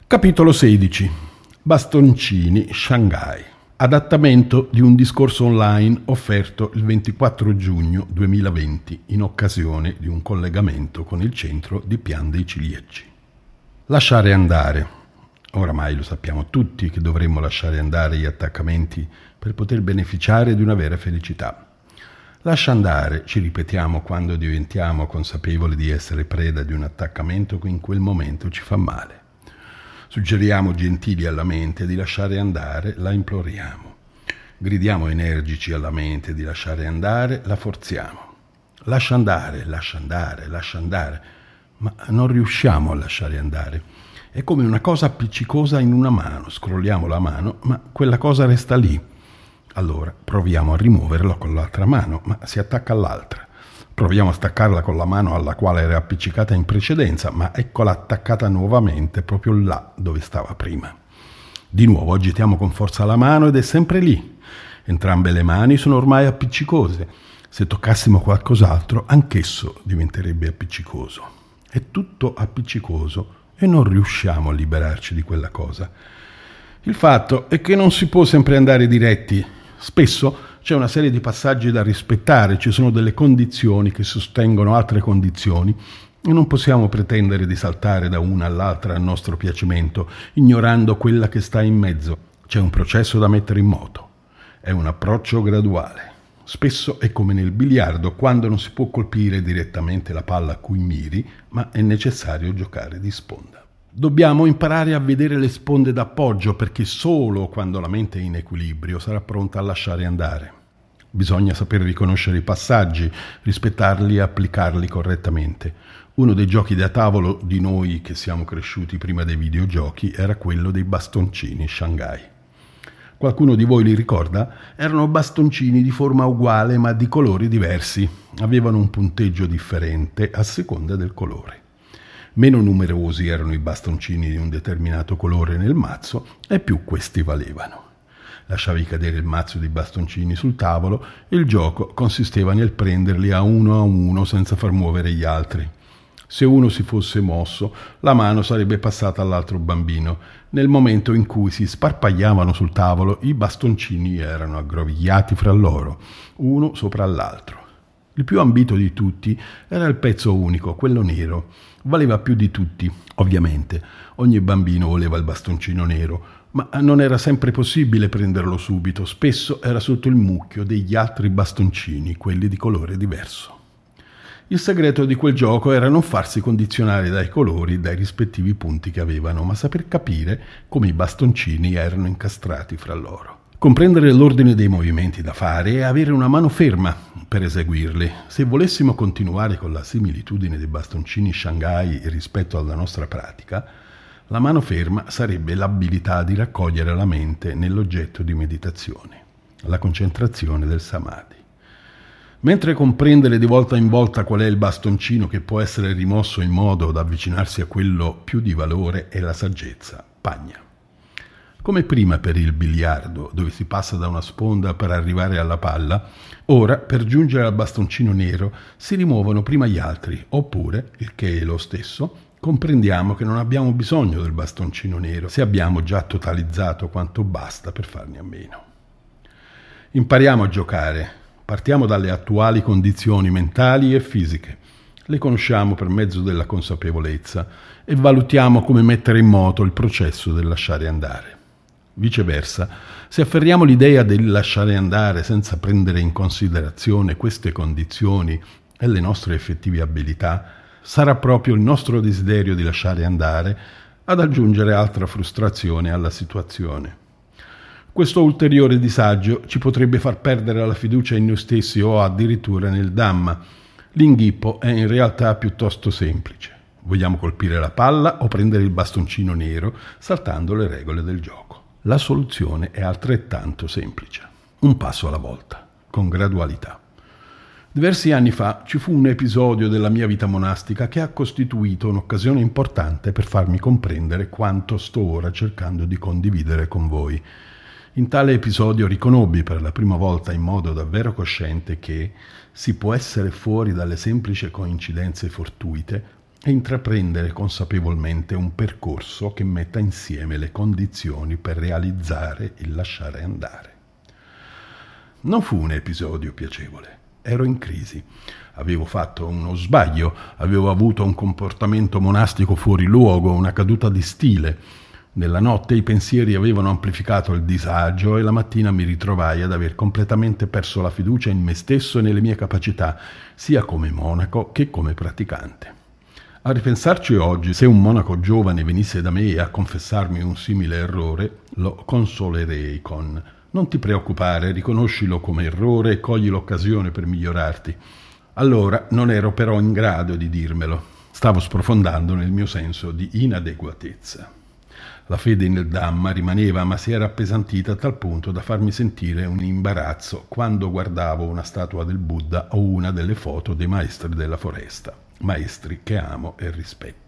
Capitolo 16. Bastoncini Shanghai. Adattamento di un discorso online offerto il 24 giugno 2020 in occasione di un collegamento con il centro di Pian dei Ciliegi. Lasciare andare. Oramai lo sappiamo tutti che dovremmo lasciare andare gli attaccamenti per poter beneficiare di una vera felicità. Lascia andare, ci ripetiamo quando diventiamo consapevoli di essere preda di un attaccamento che in quel momento ci fa male. Suggeriamo gentili alla mente di lasciare andare, la imploriamo. Gridiamo energici alla mente di lasciare andare, la forziamo. Lascia andare, lascia andare, lascia andare, ma non riusciamo a lasciare andare. È come una cosa appiccicosa in una mano, scrolliamo la mano, ma quella cosa resta lì. Allora proviamo a rimuoverla con l'altra mano, ma si attacca all'altra. Proviamo a staccarla con la mano alla quale era appiccicata in precedenza, ma eccola attaccata nuovamente proprio là dove stava prima. Di nuovo agitiamo con forza la mano ed è sempre lì. Entrambe le mani sono ormai appiccicose. Se toccassimo qualcos'altro, anch'esso diventerebbe appiccicoso. È tutto appiccicoso e non riusciamo a liberarci di quella cosa. Il fatto è che non si può sempre andare diretti. Spesso c'è una serie di passaggi da rispettare, ci sono delle condizioni che sostengono altre condizioni e non possiamo pretendere di saltare da una all'altra a nostro piacimento, ignorando quella che sta in mezzo. C'è un processo da mettere in moto. È un approccio graduale. Spesso è come nel biliardo, quando non si può colpire direttamente la palla a cui miri, ma è necessario giocare di sponda. Dobbiamo imparare a vedere le sponde d'appoggio perché solo quando la mente è in equilibrio sarà pronta a lasciare andare. Bisogna saper riconoscere i passaggi, rispettarli e applicarli correttamente. Uno dei giochi da tavolo di noi che siamo cresciuti prima dei videogiochi era quello dei bastoncini Shanghai. Qualcuno di voi li ricorda? Erano bastoncini di forma uguale ma di colori diversi. Avevano un punteggio differente a seconda del colore. Meno numerosi erano i bastoncini di un determinato colore nel mazzo e più questi valevano. Lasciavi cadere il mazzo di bastoncini sul tavolo e il gioco consisteva nel prenderli a uno senza far muovere gli altri. Se uno si fosse mosso, la mano sarebbe passata all'altro bambino. Nel momento in cui si sparpagliavano sul tavolo, i bastoncini erano aggrovigliati fra loro, uno sopra l'altro. Il più ambito di tutti era il pezzo unico, quello nero. Valeva più di tutti, ovviamente. Ogni bambino voleva il bastoncino nero, ma non era sempre possibile prenderlo subito. Spesso era sotto il mucchio degli altri bastoncini, quelli di colore diverso. Il segreto di quel gioco era non farsi condizionare dai colori e dai rispettivi punti che avevano, ma saper capire come i bastoncini erano incastrati fra loro. Comprendere l'ordine dei movimenti da fare e avere una mano ferma per eseguirli. Se volessimo continuare con la similitudine dei bastoncini Shanghai rispetto alla nostra pratica, la mano ferma sarebbe l'abilità di raccogliere la mente nell'oggetto di meditazione, la concentrazione del samadhi. Mentre comprendere di volta in volta qual è il bastoncino che può essere rimosso in modo da avvicinarsi a quello più di valore è la saggezza, pagna. Come prima per il biliardo, dove si passa da una sponda per arrivare alla palla, ora per giungere al bastoncino nero si rimuovono prima gli altri, oppure, il che è lo stesso, comprendiamo che non abbiamo bisogno del bastoncino nero se abbiamo già totalizzato quanto basta per farne a meno. Impariamo a giocare, partiamo dalle attuali condizioni mentali e fisiche, le conosciamo per mezzo della consapevolezza e valutiamo come mettere in moto il processo del lasciare andare. Viceversa, se afferriamo l'idea del lasciare andare senza prendere in considerazione queste condizioni e le nostre effettive abilità, sarà proprio il nostro desiderio di lasciare andare ad aggiungere altra frustrazione alla situazione. Questo ulteriore disagio ci potrebbe far perdere la fiducia in noi stessi o addirittura nel Dhamma. L'inghippo è in realtà piuttosto semplice. Vogliamo colpire la palla o prendere il bastoncino nero saltando le regole del gioco. La soluzione è altrettanto semplice. Un passo alla volta, con gradualità. Diversi anni fa ci fu un episodio della mia vita monastica che ha costituito un'occasione importante per farmi comprendere quanto sto ora cercando di condividere con voi. In tale episodio riconobbi per la prima volta in modo davvero cosciente che si può essere fuori dalle semplici coincidenze fortuite e intraprendere consapevolmente un percorso che metta insieme le condizioni per realizzare il lasciare andare. Non fu un episodio piacevole, ero in crisi, avevo fatto uno sbaglio, avevo avuto un comportamento monastico fuori luogo, una caduta di stile. Nella notte i pensieri avevano amplificato il disagio e la mattina mi ritrovai ad aver completamente perso la fiducia in me stesso e nelle mie capacità, sia come monaco che come praticante. A ripensarci oggi, se un monaco giovane venisse da me a confessarmi un simile errore, lo consolerei con: non ti preoccupare, riconoscilo come errore e cogli l'occasione per migliorarti. Allora non ero però in grado di dirmelo. Stavo sprofondando nel mio senso di inadeguatezza. La fede nel Dhamma rimaneva, ma si era appesantita a tal punto da farmi sentire un imbarazzo quando guardavo una statua del Buddha o una delle foto dei maestri della foresta, maestri che amo e rispetto.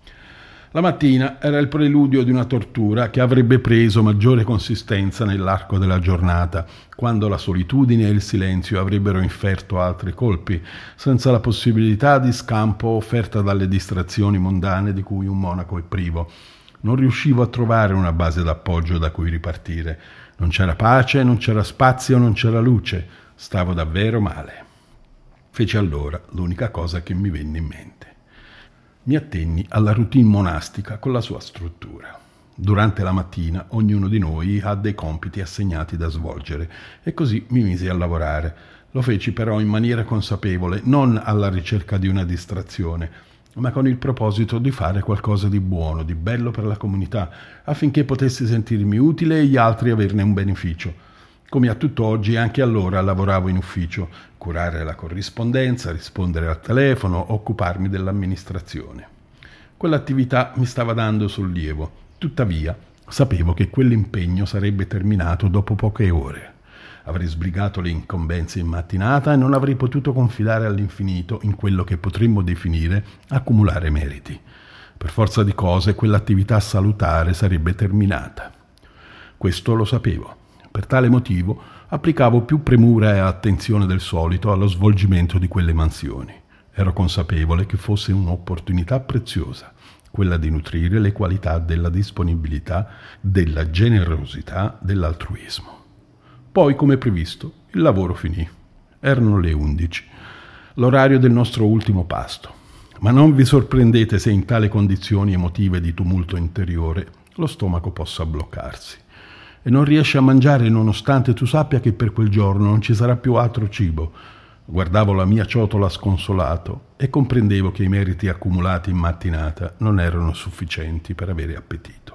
La mattina era il preludio di una tortura che avrebbe preso maggiore consistenza nell'arco della giornata, quando la solitudine e il silenzio avrebbero inferto altri colpi, senza la possibilità di scampo offerta dalle distrazioni mondane di cui un monaco è privo. Non riuscivo a trovare una base d'appoggio da cui ripartire. Non c'era pace, non c'era spazio, non c'era luce. Stavo davvero male. Feci allora l'unica cosa che mi venne in mente. Mi attenni alla routine monastica con la sua struttura. Durante la mattina ognuno di noi ha dei compiti assegnati da svolgere e così mi misi a lavorare. Lo feci però in maniera consapevole, non alla ricerca di una distrazione, ma con il proposito di fare qualcosa di buono, di bello per la comunità, affinché potessi sentirmi utile e gli altri averne un beneficio. Come a tutt'oggi, anche allora lavoravo in ufficio, curare la corrispondenza, rispondere al telefono, occuparmi dell'amministrazione. Quell'attività mi stava dando sollievo, tuttavia sapevo che quell'impegno sarebbe terminato dopo poche ore. Avrei sbrigato le incombenze in mattinata e non avrei potuto confidare all'infinito in quello che potremmo definire accumulare meriti. Per forza di cose, quell'attività salutare sarebbe terminata. Questo lo sapevo. Per tale motivo applicavo più premura e attenzione del solito allo svolgimento di quelle mansioni. Ero consapevole che fosse un'opportunità preziosa, quella di nutrire le qualità della disponibilità, della generosità, dell'altruismo. Poi, come previsto, il lavoro finì. Erano le 11, l'orario del nostro ultimo pasto. Ma non vi sorprendete se in tali condizioni emotive di tumulto interiore lo stomaco possa bloccarsi e non riesci a mangiare nonostante tu sappia che per quel giorno non ci sarà più altro cibo. Guardavo la mia ciotola sconsolato e comprendevo che i meriti accumulati in mattinata non erano sufficienti per avere appetito.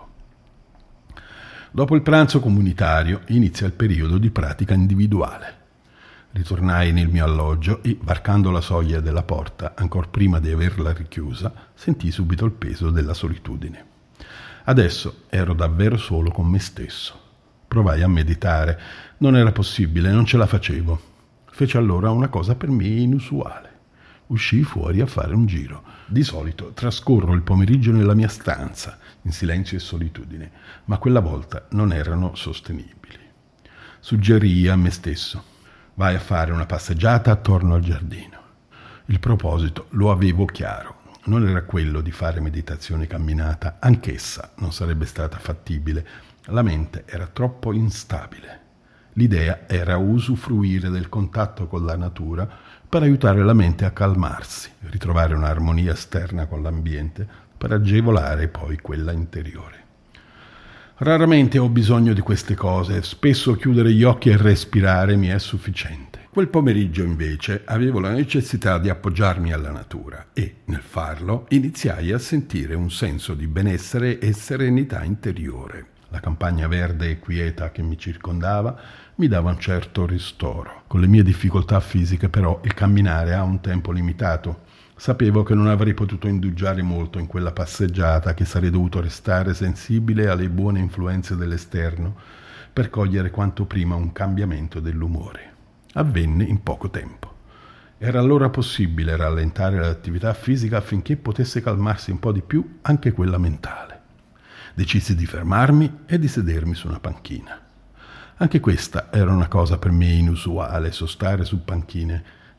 Dopo il pranzo comunitario inizia il periodo di pratica individuale. Ritornai nel mio alloggio e, varcando la soglia della porta, ancor prima di averla richiusa, sentii subito il peso della solitudine. Adesso ero davvero solo con me stesso. Provai a meditare. Non era possibile, non ce la facevo. Feci allora una cosa per me inusuale. Uscii fuori a fare un giro. Di solito trascorro il pomeriggio nella mia stanza, in silenzio e solitudine, ma quella volta non erano sostenibili. Suggerii a me stesso: vai a fare una passeggiata attorno al giardino. Il proposito lo avevo chiaro. Non era quello di fare meditazione camminata, anch'essa non sarebbe stata fattibile. La mente era troppo instabile. L'idea era usufruire del contatto con la natura per aiutare la mente a calmarsi, ritrovare un'armonia esterna con l'ambiente per agevolare poi quella interiore. Raramente ho bisogno di queste cose, spesso chiudere gli occhi e respirare mi è sufficiente. Quel pomeriggio invece avevo la necessità di appoggiarmi alla natura e, nel farlo, iniziai a sentire un senso di benessere e serenità interiore. La campagna verde e quieta che mi circondava mi dava un certo ristoro. Con le mie difficoltà fisiche, però, il camminare ha un tempo limitato. Sapevo che non avrei potuto indugiare molto in quella passeggiata, che sarei dovuto restare sensibile alle buone influenze dell'esterno per cogliere quanto prima un cambiamento dell'umore. Avvenne in poco tempo. Era allora possibile rallentare l'attività fisica affinché potesse calmarsi un po' di più anche quella mentale. Decisi di fermarmi e di sedermi su una panchina. Anche questa era una cosa per me inusuale, sostare su panchine.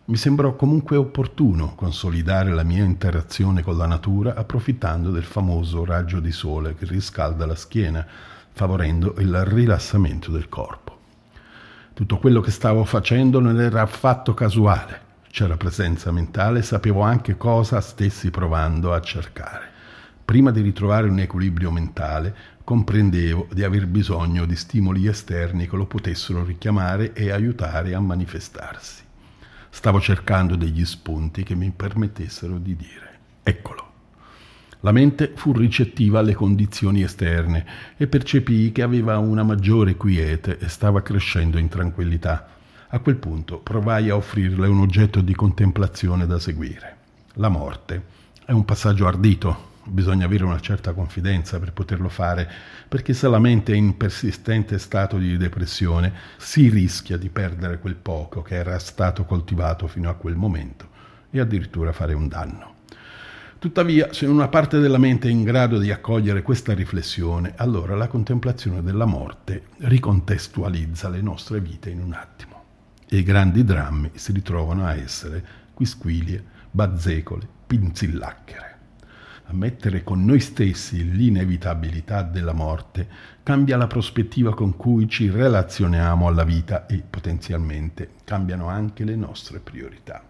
Mi sembrò comunque opportuno consolidare la mia interazione con la natura approfittando del famoso raggio di sole che riscalda la schiena, favorendo il rilassamento del corpo. Tutto quello che stavo facendo non era affatto casuale. C'era presenza mentale e sapevo anche cosa stessi provando a cercare. Prima di ritrovare un equilibrio mentale, comprendevo di aver bisogno di stimoli esterni che lo potessero richiamare e aiutare a manifestarsi. Stavo cercando degli spunti che mi permettessero di dire: eccolo. La mente fu ricettiva alle condizioni esterne e percepii che aveva una maggiore quiete e stava crescendo in tranquillità. A quel punto provai a offrirle un oggetto di contemplazione da seguire. La morte è un passaggio ardito. Bisogna avere una certa confidenza per poterlo fare, perché se la mente è in persistente stato di depressione si rischia di perdere quel poco che era stato coltivato fino a quel momento e addirittura fare un danno. Tuttavia, se una parte della mente è in grado di accogliere questa riflessione, allora la contemplazione della morte ricontestualizza le nostre vite in un attimo e i grandi drammi si ritrovano a essere quisquilie, bazzecole, pinzillacchere. Ammettere con noi stessi l'inevitabilità della morte cambia la prospettiva con cui ci relazioniamo alla vita e potenzialmente cambiano anche le nostre priorità.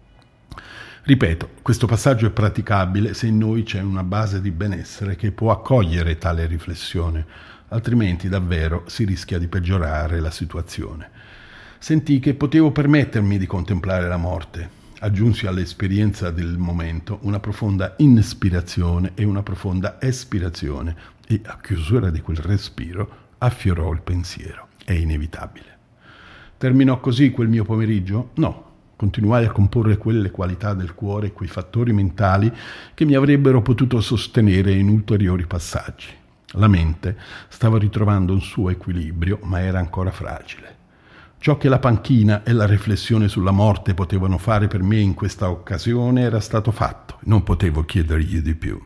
Ripeto, questo passaggio è praticabile se in noi c'è una base di benessere che può accogliere tale riflessione, altrimenti davvero si rischia di peggiorare la situazione. Sentii che potevo permettermi di contemplare la morte. Aggiunsi all'esperienza del momento una profonda inspirazione e una profonda espirazione e a chiusura di quel respiro affiorò il pensiero. È inevitabile. Terminò così quel mio pomeriggio? No. Continuai a comporre quelle qualità del cuore e quei fattori mentali che mi avrebbero potuto sostenere in ulteriori passaggi. La mente stava ritrovando un suo equilibrio, ma era ancora fragile. Ciò che la panchina e la riflessione sulla morte potevano fare per me in questa occasione era stato fatto. Non potevo chiedergli di più.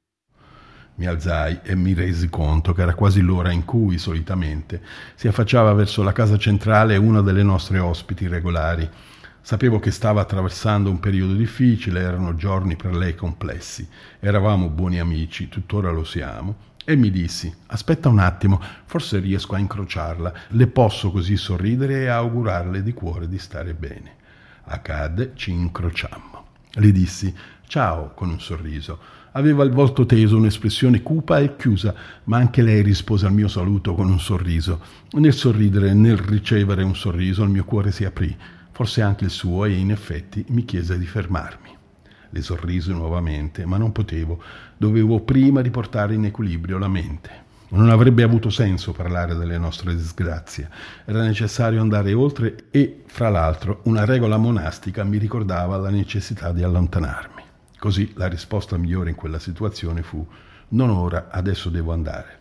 Mi alzai e mi resi conto che era quasi l'ora in cui, solitamente, si affacciava verso la casa centrale una delle nostre ospiti regolari. Sapevo che stava attraversando un periodo difficile, erano giorni per lei complessi. Eravamo buoni amici, tuttora lo siamo. E mi dissi: aspetta un attimo, forse riesco a incrociarla, le posso così sorridere e augurarle di cuore di stare bene. Accadde, ci incrociammo. Le dissi ciao con un sorriso. Aveva il volto teso, un'espressione cupa e chiusa, ma anche lei rispose al mio saluto con un sorriso. Nel sorridere e nel ricevere un sorriso il mio cuore si aprì, forse anche il suo, e in effetti mi chiese di fermarmi. Le sorrisi nuovamente, ma non potevo. Dovevo prima riportare in equilibrio la mente. Non avrebbe avuto senso parlare delle nostre disgrazie. Era necessario andare oltre e, fra l'altro, una regola monastica mi ricordava la necessità di allontanarmi. Così la risposta migliore in quella situazione fu: non ora, adesso devo andare.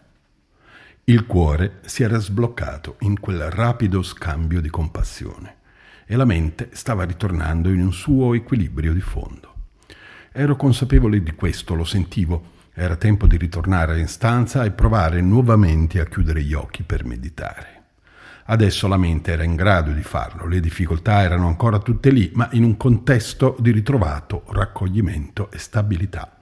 Il cuore si era sbloccato in quel rapido scambio di compassione e la mente stava ritornando in un suo equilibrio di fondo. Ero consapevole di questo, lo sentivo. Era tempo di ritornare in stanza e provare nuovamente a chiudere gli occhi per meditare. Adesso la mente era in grado di farlo, le difficoltà erano ancora tutte lì, ma in un contesto di ritrovato raccoglimento e stabilità.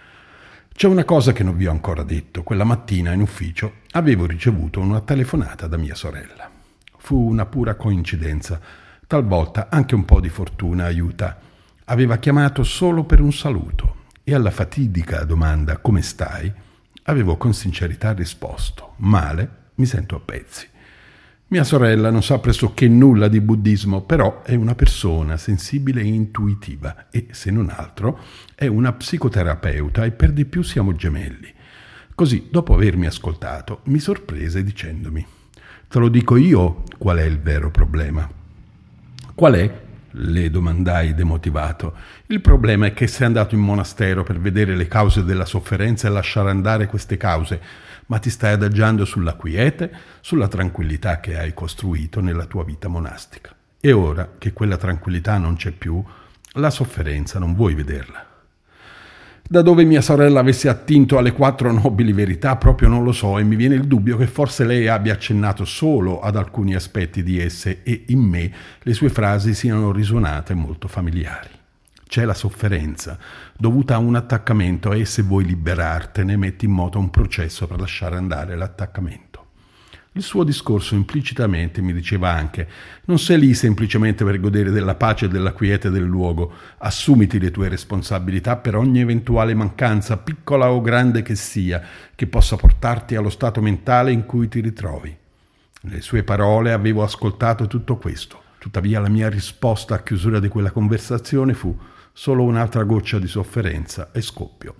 C'è una cosa che non vi ho ancora detto. Quella mattina in ufficio avevo ricevuto una telefonata da mia sorella. Fu una pura coincidenza, talvolta anche un po' di fortuna aiuta. Aveva chiamato solo per un saluto e alla fatidica domanda «come stai?» avevo con sincerità risposto «male, mi sento a pezzi». Mia sorella non sa pressoché nulla di buddismo, però è una persona sensibile e intuitiva e, se non altro, è una psicoterapeuta e per di più siamo gemelli. Così, dopo avermi ascoltato, mi sorprese dicendomi «te lo dico io qual è il vero problema». «Qual è?» le domandai demotivato. «Il problema è che sei andato in monastero per vedere le cause della sofferenza e lasciare andare queste cause, ma ti stai adagiando sulla quiete, sulla tranquillità che hai costruito nella tua vita monastica. E ora che quella tranquillità non c'è più, la sofferenza non vuoi vederla». Da dove mia sorella avesse attinto alle 4 nobili verità proprio non lo so, e mi viene il dubbio che forse lei abbia accennato solo ad alcuni aspetti di esse e in me le sue frasi siano risuonate molto familiari. C'è la sofferenza dovuta a un attaccamento e se vuoi liberartene metti in moto un processo per lasciare andare l'attaccamento. Il suo discorso implicitamente mi diceva anche: non sei lì semplicemente per godere della pace e della quiete del luogo, assumiti le tue responsabilità per ogni eventuale mancanza, piccola o grande che sia, che possa portarti allo stato mentale in cui ti ritrovi. Nelle sue parole avevo ascoltato tutto questo, tuttavia la mia risposta a chiusura di quella conversazione fu solo un'altra goccia di sofferenza e scoppio.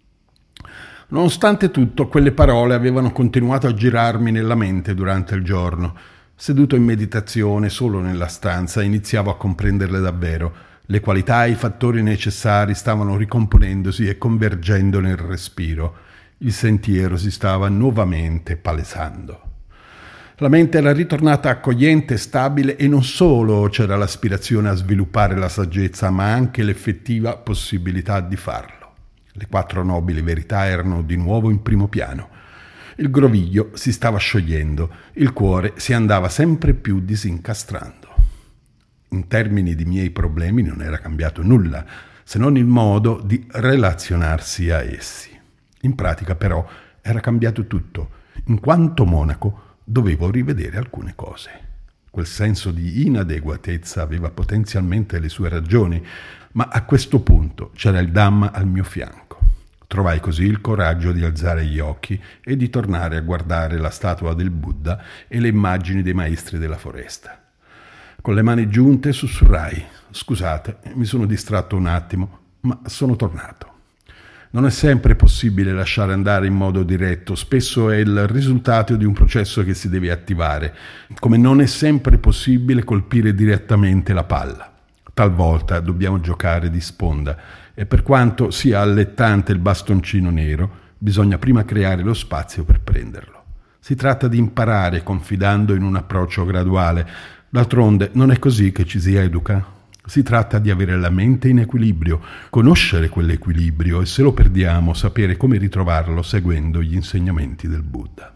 Nonostante tutto, quelle parole avevano continuato a girarmi nella mente durante il giorno. Seduto in meditazione solo nella stanza, iniziavo a comprenderle davvero. Le qualità e i fattori necessari stavano ricomponendosi e convergendo nel respiro. Il sentiero si stava nuovamente palesando. La mente era ritornata accogliente e stabile e non solo c'era l'aspirazione a sviluppare la saggezza, ma anche l'effettiva possibilità di farlo. Le 4 nobili verità erano di nuovo in primo piano. Il groviglio si stava sciogliendo, il cuore si andava sempre più disincastrando. In termini di miei problemi non era cambiato nulla, se non il modo di relazionarsi a essi. In pratica, però, era cambiato tutto. In quanto monaco, dovevo rivedere alcune cose. Quel senso di inadeguatezza aveva potenzialmente le sue ragioni, ma a questo punto c'era il Dhamma al mio fianco. Trovai così il coraggio di alzare gli occhi e di tornare a guardare la statua del Buddha e le immagini dei maestri della foresta. Con le mani giunte sussurrai: «Scusate, mi sono distratto un attimo, ma sono tornato». Non è sempre possibile lasciare andare in modo diretto, spesso è il risultato di un processo che si deve attivare, come non è sempre possibile colpire direttamente la palla. Talvolta dobbiamo giocare di sponda e per quanto sia allettante il bastoncino nero, bisogna prima creare lo spazio per prenderlo. Si tratta di imparare confidando in un approccio graduale. D'altronde non è così che ci si educa. Si tratta di avere la mente in equilibrio, conoscere quell'equilibrio e se lo perdiamo sapere come ritrovarlo seguendo gli insegnamenti del Buddha.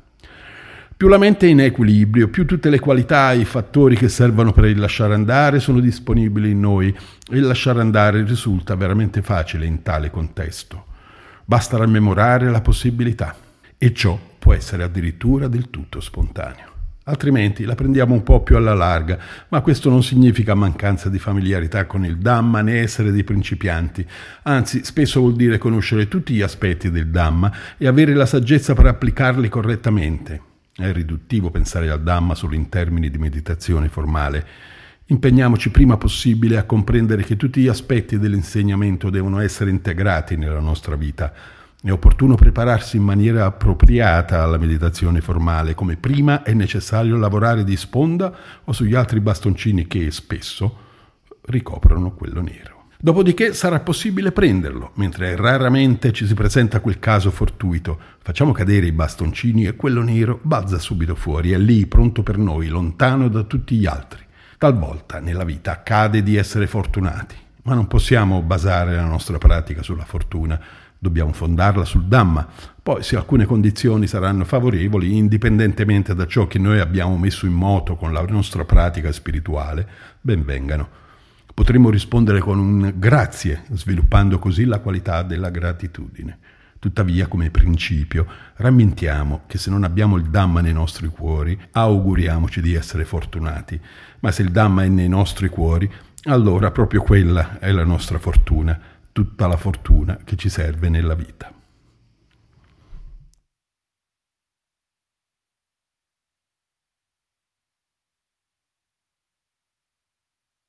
Più la mente è in equilibrio, più tutte le qualità e i fattori che servono per il lasciare andare sono disponibili in noi e il lasciare andare risulta veramente facile in tale contesto. Basta rammemorare la possibilità e ciò può essere addirittura del tutto spontaneo. Altrimenti la prendiamo un po' più alla larga, ma questo non significa mancanza di familiarità con il Dhamma né essere dei principianti, anzi spesso vuol dire conoscere tutti gli aspetti del Dhamma e avere la saggezza per applicarli correttamente. È riduttivo pensare al Dhamma solo in termini di meditazione formale. Impegniamoci prima possibile a comprendere che tutti gli aspetti dell'insegnamento devono essere integrati nella nostra vita. È opportuno prepararsi in maniera appropriata alla meditazione formale, come prima è necessario lavorare di sponda o sugli altri bastoncini che spesso ricoprono quello nero. Dopodiché sarà possibile prenderlo, mentre raramente ci si presenta quel caso fortuito. Facciamo cadere i bastoncini e quello nero balza subito fuori, è lì pronto per noi, lontano da tutti gli altri. Talvolta nella vita accade di essere fortunati, ma non possiamo basare la nostra pratica sulla fortuna. Dobbiamo fondarla sul Dhamma. Poi, se alcune condizioni saranno favorevoli, indipendentemente da ciò che noi abbiamo messo in moto con la nostra pratica spirituale, ben vengano. Potremmo rispondere con un grazie, sviluppando così la qualità della gratitudine. Tuttavia, come principio, rammentiamo che se non abbiamo il Dhamma nei nostri cuori, auguriamoci di essere fortunati. Ma se il Dhamma è nei nostri cuori, allora proprio quella è la nostra fortuna, tutta la fortuna che ci serve nella vita.